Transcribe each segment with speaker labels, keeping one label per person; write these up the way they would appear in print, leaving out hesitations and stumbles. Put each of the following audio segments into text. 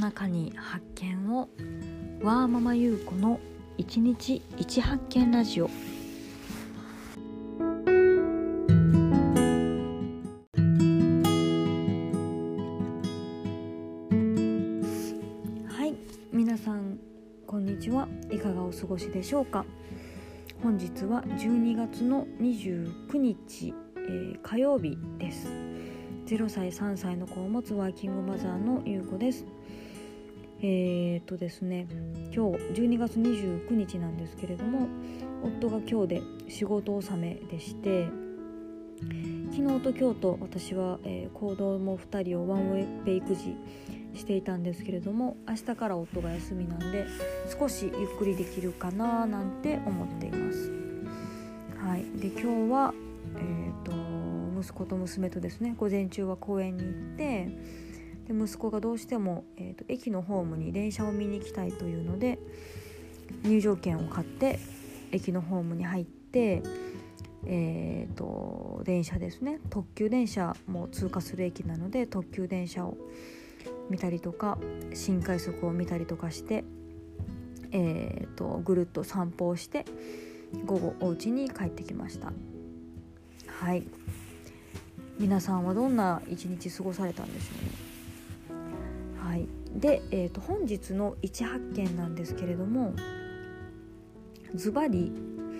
Speaker 1: 中に発見を、ワーママゆうこの1日1発見ラジオ。はい、皆さんこんにちは。いかがお過ごしでしょうか。本日は12月の29日、火曜日です。0歳3歳の子を持つワーキングマザーのゆうこです。ですね、今日12月29日なんですけれども、夫が今日で仕事納めでして、昨日と今日と私は、子供2人をワンウェイ育児していたんですけれども、明日から夫が休みなんで少しゆっくりできるかななんて思っています。はい、で今日は、息子と娘とですね、午前中は公園に行って、で息子がどうしても、駅のホームに電車を見に行きたいというので、入場券を買って駅のホームに入って、電車ですね、特急電車も通過する駅なので、特急電車を見たりとか新快速を見たりとかして、ぐるっと散歩をして午後お家に帰ってきました。はい、皆さんはどんな一日過ごされたんでしょうね。はい、で、本日の一発見なんですけれども、ズバリ、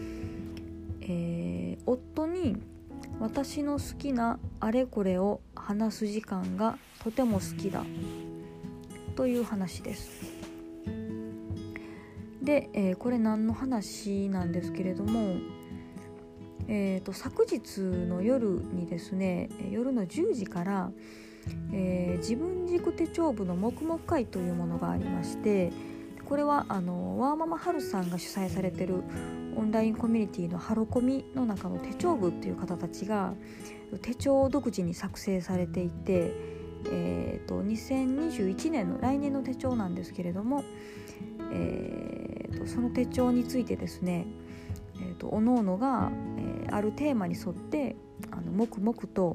Speaker 1: 夫に私の好きなあれこれを話す時間がとても好きだという話です。で、これ何の話なんですけれども、昨日の夜にですね、夜の10時から、自分軸手帳部の黙々会というものがありまして、これはワーママハルさんが主催されているオンラインコミュニティのハロコミの中の手帳部っていう方たちが手帳を独自に作成されていて、2021年の来年の手帳なんですけれども、その手帳についてですね、おのおのが、あるテーマに沿って黙々と、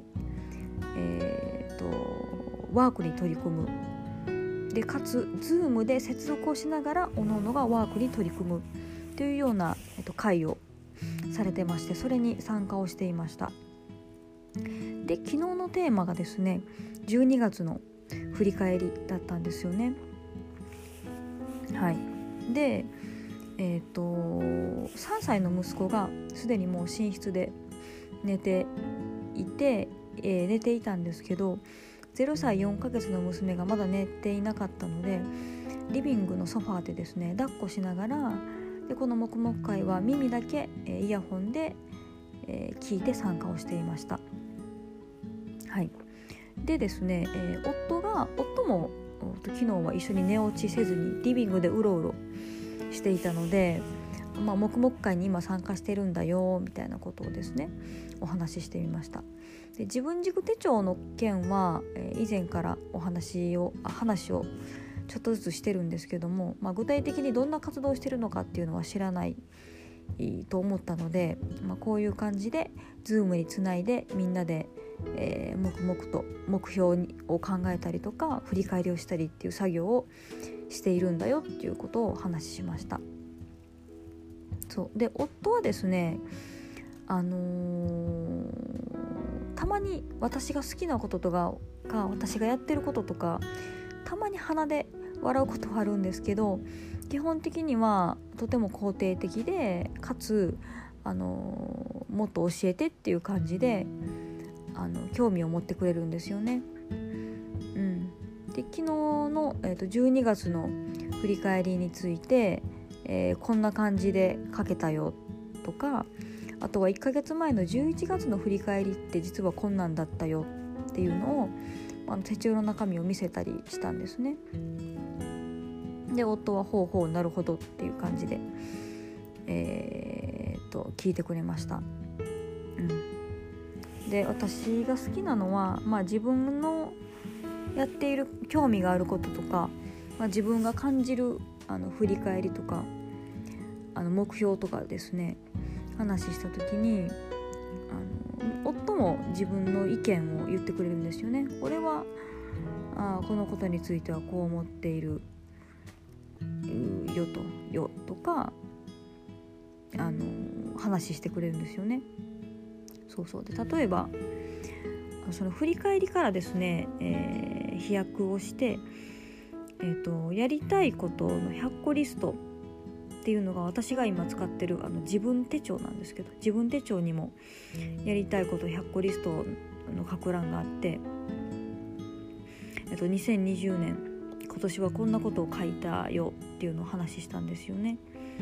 Speaker 1: ワークに取り組むで、かつ Zoom で接続をしながらおのおのがワークに取り組むというような、会をされてまして、それに参加をしていました。で、昨日のテーマがですね、12月の振り返りだったんですよね。はい、で、3歳の息子がすでにもう寝室で寝ていたんですけど、0歳4ヶ月の娘がまだ寝ていなかったので、リビングのソファーでですね、抱っこしながら、でこの黙々会は耳だけ、イヤホンで、聞いて参加をしていました。はい、でですね、夫も昨日は一緒に寝落ちせずにリビングでうろうろしていたので、黙々会に今参加してるんだよみたいなことをですね、お話ししてみました。で、自分軸手帳の件は、以前から話をちょっとずつしてるんですけども、具体的にどんな活動をしてるのかっていうのは知らないと思ったので、こういう感じで Zoom につないでみんなで、黙々と目標を考えたりとか振り返りをしたりっていう作業をしているんだよっていうことをお話ししました。そうで、夫はですね、たまに私が好きなこととか私がやってることとか、たまに鼻で笑うことはあるんですけど、基本的にはとても肯定的で、かつもっと教えてっていう感じで興味を持ってくれるんですよね。で、昨日の、12月の振り返りについて、こんな感じで書けたよとか、あとは1ヶ月前の11月の振り返りって実はこんなんだったよっていうのを手帳の中身を見せたりしたんですね。で、夫はほうなるほどっていう感じで、聞いてくれました。で、私が好きなのは、自分のやっている興味があることとか、自分が感じる振り返りとか目標とかですね、話した時に夫も自分の意見を言ってくれるんですよね。これはこのことについてはこう思っているよとか話してくれるんですよね。そうで、例えばその振り返りからですね、飛躍をして、やりたいことの100個リストっていうのが私が今使ってる自分手帳なんですけど、自分手帳にもやりたいこと100個リストの書く欄があって、2020年今年はこんなことを書いたよっていうのを話したんですよね。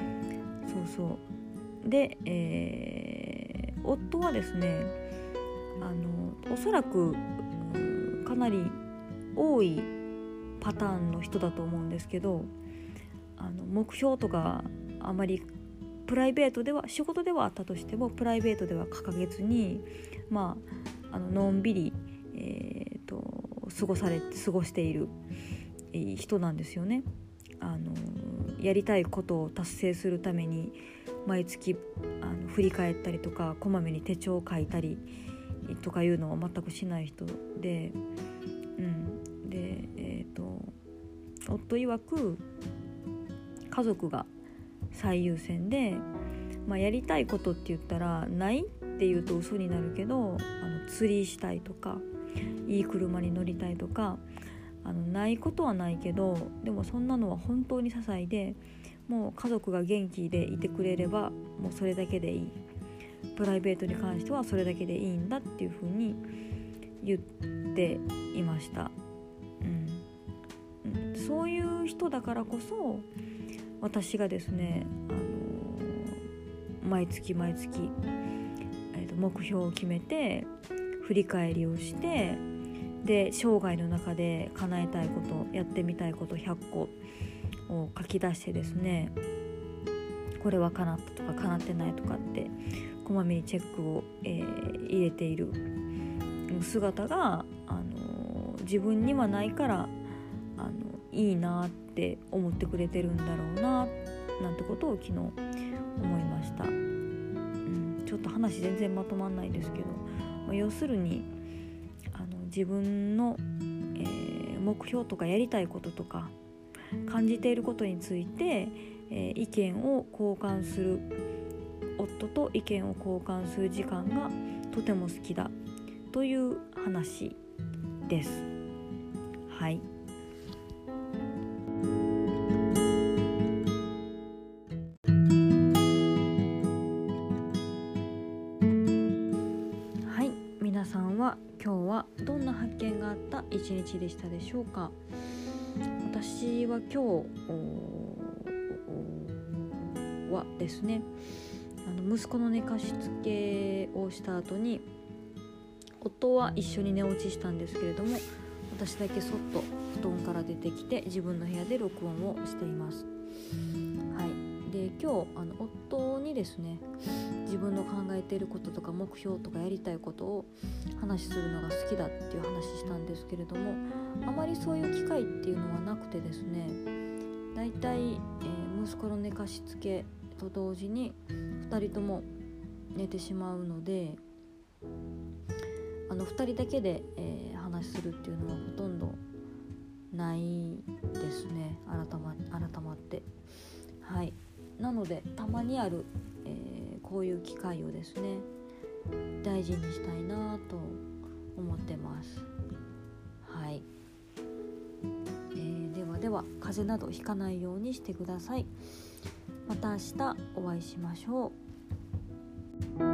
Speaker 1: で、夫はですねおそらくかなり多いパターンの人だと思うんですけど、目標とかあまりプライベートでは、仕事ではあったとしてもプライベートでは掲げずに、のんびり、過ごしている人なんですよね。やりたいことを達成するために毎月振り返ったりとか、こまめに手帳を書いたりとかいうのは全くしない人で、夫曰く家族が最優先で、やりたいことって言ったらないって言うと嘘になるけど、釣りしたいとかいい車に乗りたいとか、ないことはないけど、でもそんなのは本当に些細で、もう家族が元気でいてくれればもうそれだけでいい、プライベートに関してはそれだけでいいんだっていうふうに言っていました。そういう人だからこそ私がですね、毎月、目標を決めて振り返りをして、で生涯の中で叶えたいこと、やってみたいこと100個を書き出してですね、これは叶ったとか叶ってないとかってこまめにチェックを、入れている姿が、自分にはないからいいなって思ってくれてるんだろうななんてことを昨日思いました。ちょっと話全然まとまんないですけど、要するに自分の、目標とかやりたいこととか感じていることについて、意見を交換する、夫と意見を交換する時間がとても好きだという話です。はい。皆さんは今日はどんな発見があった一日でしたでしょうか。私は今日はですね、息子の寝かしつけをした後に、夫は一緒に寝落ちしたんですけれども、私だけそっと布団から出てきて自分の部屋で録音をしています。はい。で、今日夫にですね、自分の考えていることとか目標とかやりたいことを話するのが好きだっていう話したんですけれども、あまりそういう機会っていうのはなくてですね、だいたい息子の寝かしつけと同時に2人とも寝てしまうので、2人だけで、話するっていうのはほとんどないですね。改まって、はい。なのでたまにある、こういう機会をですね大事にしたいなと思ってます。はい。では風邪などひかないようにしてください。また明日お会いしましょう。